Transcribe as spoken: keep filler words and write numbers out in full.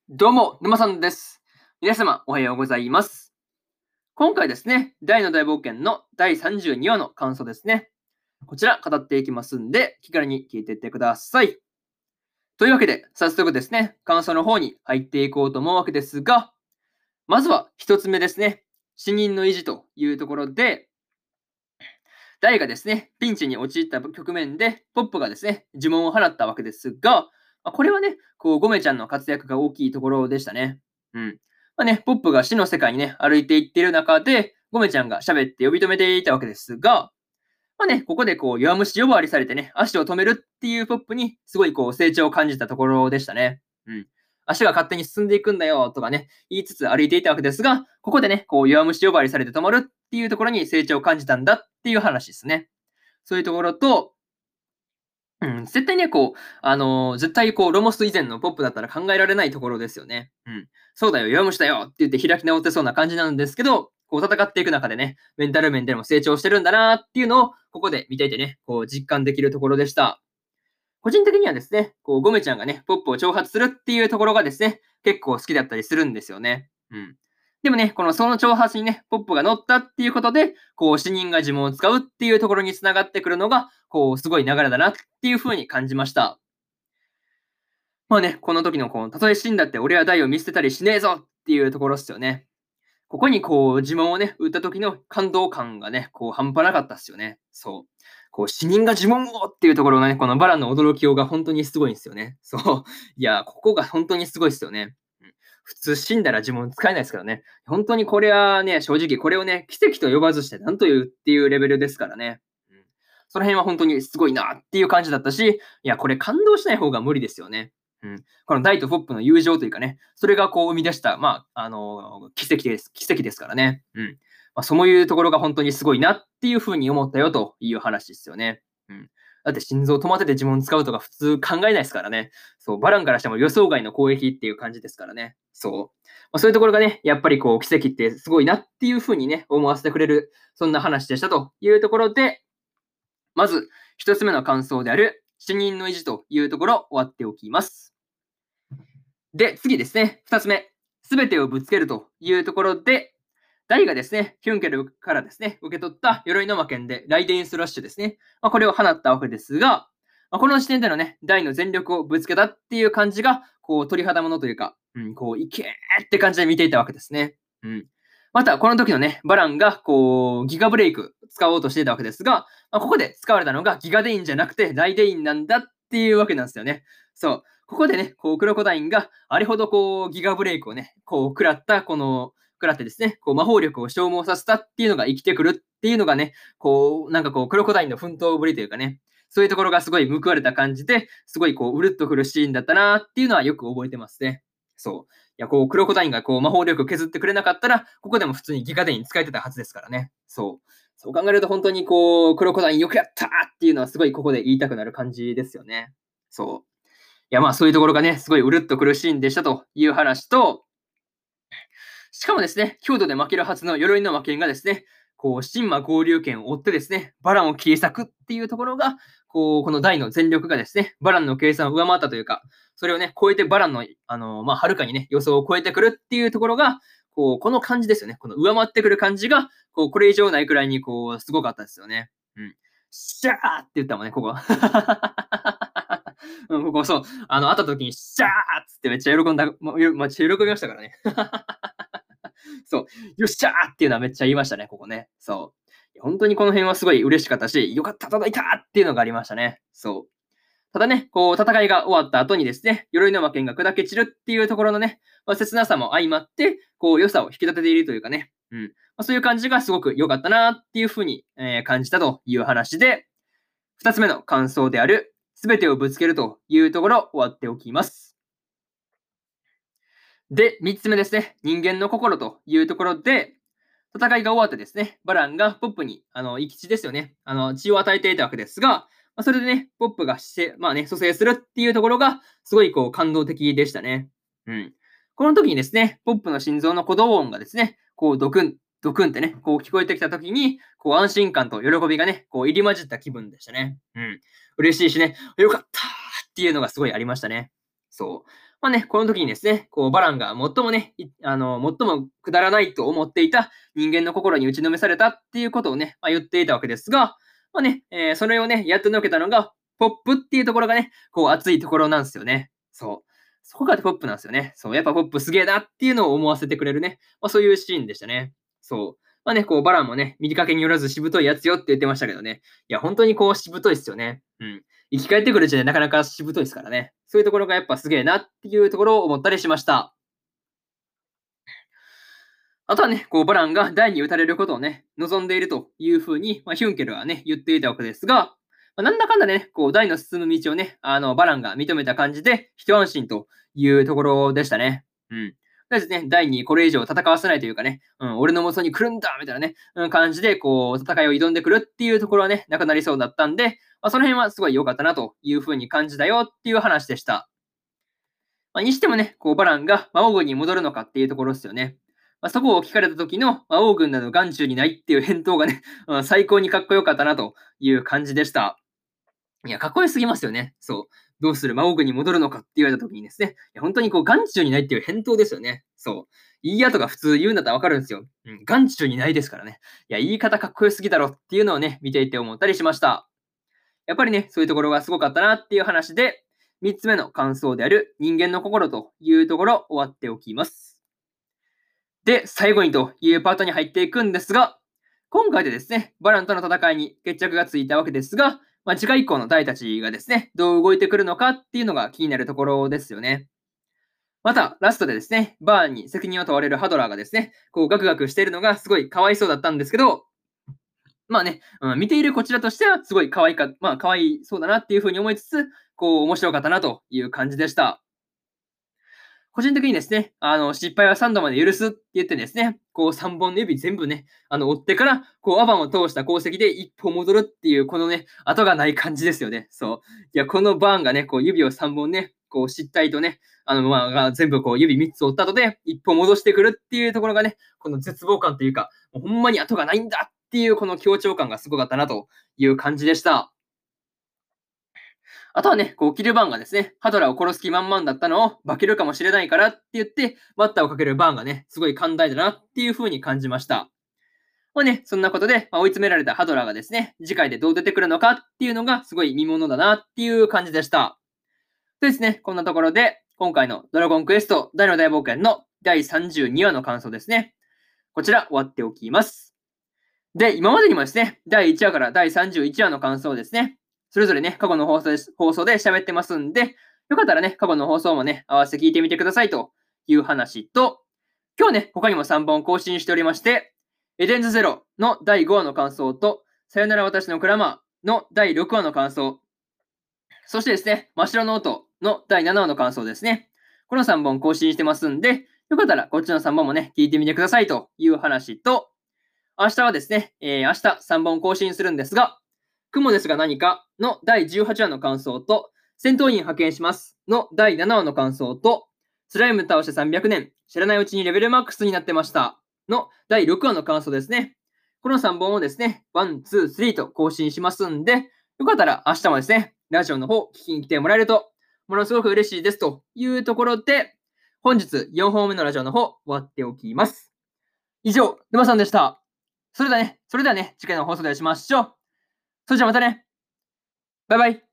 どうも、沼さんです。皆様、おはようございます。今回ですね、大の大冒険のだいさんじゅうにわの感想ですね。こちら、語っていきますんで、気軽に聞いていってください。というわけで、早速ですね、感想の方に入っていこうと思うわけですが、まずは一つ目ですね、死人の維持というところで、ダイがですね、ピンチに陥った局面で、ポップがですね、呪文を払ったわけですが、まあこれはね、こう、ゴメちゃんの活躍が大きいところでしたね。うん。まあね、ポップが死の世界にね、歩いていっている中で、ゴメちゃんが喋って呼び止めていたわけですが、まあね、ここでこう、弱虫呼ばわりされてね、足を止めるっていうポップに、すごいこう、成長を感じたところでしたね。うん。足が勝手に進んでいくんだよとかね、言いつつ歩いていたわけですが、ここでね、こう、弱虫呼ばわりされて止まるっていうところに成長を感じたんだっていう話ですね。そういうところと、うん、絶対ね、こう、あの、絶対こう、ロモス以前のポップだったら考えられないところですよね。うん。そうだよ、弱虫だよって言って開き直ってそうな感じなんですけど、こう戦っていく中でね、メンタル面でも成長してるんだなっていうのを、ここで見ていてね、こう実感できるところでした。個人的にはですね、こう、ゴメちゃんがね、ポップを挑発するっていうところがですね、結構好きだったりするんですよね。うん。でもね、このその挑発にね、ポップが乗ったっていうことで、こう、死人が呪文を使うっていうところに繋がってくるのが、こう、すごい流れだなっていう風に感じました。まあね、この時のこう、たとえ死んだって俺は大を見捨てたりしねえぞっていうところっすよね。ここにこう、呪文をね、打った時の感動感がね、こう、半端なかったっすよね。そう。こう、死人が呪文をっていうところがね、このバランの驚きようが本当にすごいんですよね。そう。いや、ここが本当にすごいっすよね。うん。普通死んだら呪文使えないですからね。本当にこれはね、正直これをね、奇跡と呼ばずして何と言うっていうレベルですからね。うん。その辺は本当にすごいなっていう感じだったし、いや、これ感動しない方が無理ですよね。うん。この大とポップの友情というかね、それがこう生み出した、まあ、あの、奇跡です。奇跡ですからね。うん。まあ、そういうところが本当にすごいなっていうふうに思ったよという話ですよね。うん。だって心臓止まってて呪文使うとか普通考えないですからね。そう、バランからしても予想外の攻撃っていう感じですからね。そう。まあ、そういうところがね、やっぱりこう奇跡ってすごいなっていうふうにね、思わせてくれる、そんな話でしたというところで、まず一つ目の感想である死人の維持というところ終わっておきます。で、次ですね、二つ目。すべてをぶつけるというところで、ダイがですね、ヒュンケルからですね、受け取った鎧の魔剣でライデインスラッシュですね。まあ、これを放ったわけですが、まあ、この時点でのね、ダイの全力をぶつけたっていう感じが、こう、鳥肌ものというか、うん、こう、いけーって感じで見ていたわけですね。うん。また、この時のね、バランが、こう、ギガブレイク使おうとしていたわけですが、まあ、ここで使われたのがギガデインじゃなくてライデインなんだっていうわけなんですよね。そう。ここでね、こう、クロコダインがあれほどこう、ギガブレイクをね、こう、食らった、この、食らってですね、こう、魔法力を消耗させたっていうのが生きてくるっていうのがね、こう、なんかこう、クロコダインの奮闘ぶりというかね、そういうところがすごい報われた感じで、すごいこう、うるっとくるシーンだったなっていうのはよく覚えてますね。そう。いや、こう、クロコダインがこう、魔法力削ってくれなかったら、ここでも普通にギガデイン使えてたはずですからね。そう。そう考えると本当にこう、クロコダインよくやったっていうのはすごいここで言いたくなる感じですよね。そう。いや、まあそういうところがね、すごいうるっとくるシーンでしたという話と、しかもですね、強度で負けるはずの鎧の魔剣がですね、こう、神魔合流剣を追ってですね、バランを切り裂くっていうところが、こう、この大の全力がですね、バランの計算を上回ったというか、それをね、超えてバランの、あの、まあ、はるかにね、予想を超えてくるっていうところが、こう、この感じですよね。この上回ってくる感じが、こう、これ以上ないくらいに、こう、すごかったですよね。うん。シャーって言ったもんね、ここ。うん、ここそう、あの、会った時に、シャーっつってめっちゃ喜んだ、ま、めっちゃ喜びましたからね。そう、よっしゃーっていうのはめっちゃ言いましたね、ここね。そう。本当にこの辺はすごい嬉しかったし、よかった、届いたっていうのがありましたね。そう。ただね、こう、戦いが終わった後にですね、鎧の魔剣が砕け散るっていうところのね、まあ、切なさも相まって、こう、良さを引き立てているというかね、うん。まあ、そういう感じがすごく良かったなっていうふうに、えー感じたという話で、二つ目の感想である、すべてをぶつけるというところ、終わっておきます。で、三つ目ですね。人間の心というところで、戦いが終わってですね、バランがポップに、あの、生き血ですよね。あの、血を与えていたわけですが、まあ、それでね、ポップがして、まあね、蘇生するっていうところが、すごいこう、感動的でしたね。うん。この時にですね、ポップの心臓の鼓動音がですね、こう、ドクン、ドクンってね、こう聞こえてきた時に、こう、安心感と喜びがね、こう、入り混じった気分でしたね。うん。嬉しいしね、よかったーっていうのがすごいありましたね。そう。 まあね、この時にですね、こうバランが最もね、いあの、最もくだらないと思っていた人間の心に打ちのめされたっていうことをね、まあ、言っていたわけですが、まあね、えーそれをね、やっと抜けたのが、ポップっていうところがね、こう熱いところなんですよね。そう。そこがポップなんですよね。そう、やっぱポップすげえなっていうのを思わせてくれるね、まあ、そういうシーンでしたね。そう。まあね、こうバランもね、見かけによらずしぶといやつよって言ってましたけどね。いや、本当にこうしぶといっすよね。うん。生き返ってくるうちでなかなかしぶといですからね。そういうところがやっぱすげえなっていうところを思ったりしました。あとはね、こうバランが台に打たれることをね、望んでいるというふうに、まあ、ヒュンケルはね、言っていたわけですが、まあ、なんだかんだね、こう台の進む道をね、あのバランが認めた感じで、一安心というところでしたね。うん。ですね、台にこれ以上戦わせないというかね、うん、俺の元に来るんだみたいなね、うん、感じで、こう、戦いを挑んでくるっていうところはね、なくなりそうだったんで、まあ、その辺はすごい良かったなというふうに感じたよっていう話でした。まあ、にしてもね、こうバランが魔王軍に戻るのかっていうところですよね。まあ、そこを聞かれた時の魔王軍など眼中にないっていう返答がね、うん最高にかっこよかったなという感じでした。いや、かっこよすぎますよね。そう。どうする魔王軍に戻るのかって言われた時にですね、いや本当にこう眼中にないっていう返答ですよね。そう。いいやとか普通言うんだったらわかるんですよ。うん、眼中にないですからね。いや、言い方かっこよすぎだろっていうのをね、見ていて思ったりしました。やっぱりね、そういうところがすごかったなっていう話で、みっつめの感想である人間の心というところ終わっておきます。で、最後にというパートに入っていくんですが、今回でですね、バランとの戦いに決着がついたわけですが、まあ、次回以降の隊たちがですね、どう動いてくるのかっていうのが気になるところですよね。また、ラストでですね、バーンに責任を問われるハドラーがですね、こうガクガクしているのがすごいかわいそうだったんですけど、まあね、うん、見ているこちらとしてはすごい可愛いか、まあ可愛いそうだなっていうふうに思いつつ、こう面白かったなという感じでした。個人的にですね、あの、失敗はさんどまで許すって言ってですね、こうさんぼんの指全部ね、あの、折ってから、こうアバンを通した功績で一歩戻るっていう、このね、後がない感じですよね。そう。いや、このバーンがね、こう指をさんぼんね、こう失態とね、あの、まあ、が全部こう指みっつ折った後で、一歩戻してくるっていうところがね、この絶望感というか、もうほんまに後がないんだっていうこの強調感がすごかったなという感じでした。あとはね、こう、キルバーンがですね、ハドラーを殺す気満々だったのを化けるかもしれないからって言って、バッターをかけるバーンがね、すごい寛大だなっていう風に感じました。まあね、そんなことで、まあ、追い詰められたハドラーがですね、次回でどう出てくるのかっていうのがすごい見ものだなっていう感じでした。でですね、こんなところで、今回のドラゴンクエスト大の大冒険のだいさんじゅうにわの感想ですね。こちら終わっておきます。で、今までにもですね、だいいちわからだいさんじゅういちわの感想をですね、それぞれね、過去の放送で放送で喋ってますんで、よかったらね、過去の放送もね、合わせて聞いてみてくださいという話と、今日ね、他にもさんぼん更新しておりまして、エデンズゼロのだいごわの感想と、さよなら私のクラマーのだいろくわの感想、そしてですね、真っ白の音のだいななわの感想ですね。このさんぼん更新してますんで、よかったらこっちのさんぼんもね、聞いてみてくださいという話と、明日はですね、えー、明日さんぼん更新するんですが、雲ですが何かのだいじゅうはちわの感想と、戦闘員派遣しますのだいななわの感想と、スライム倒してさんびゃくねん、知らないうちにレベルマックスになってましたのだいろくわの感想ですね。このさんぼんをですね、いち、に、さんと更新しますんで、よかったら明日もですね、ラジオの方聞きに来てもらえると、ものすごく嬉しいですというところで、本日よんほんめのラジオの方終わっておきます。以上、沼さんでした。それではね、それではね、次回の放送でお会いしましょう。それじゃあまたね。バイバイ。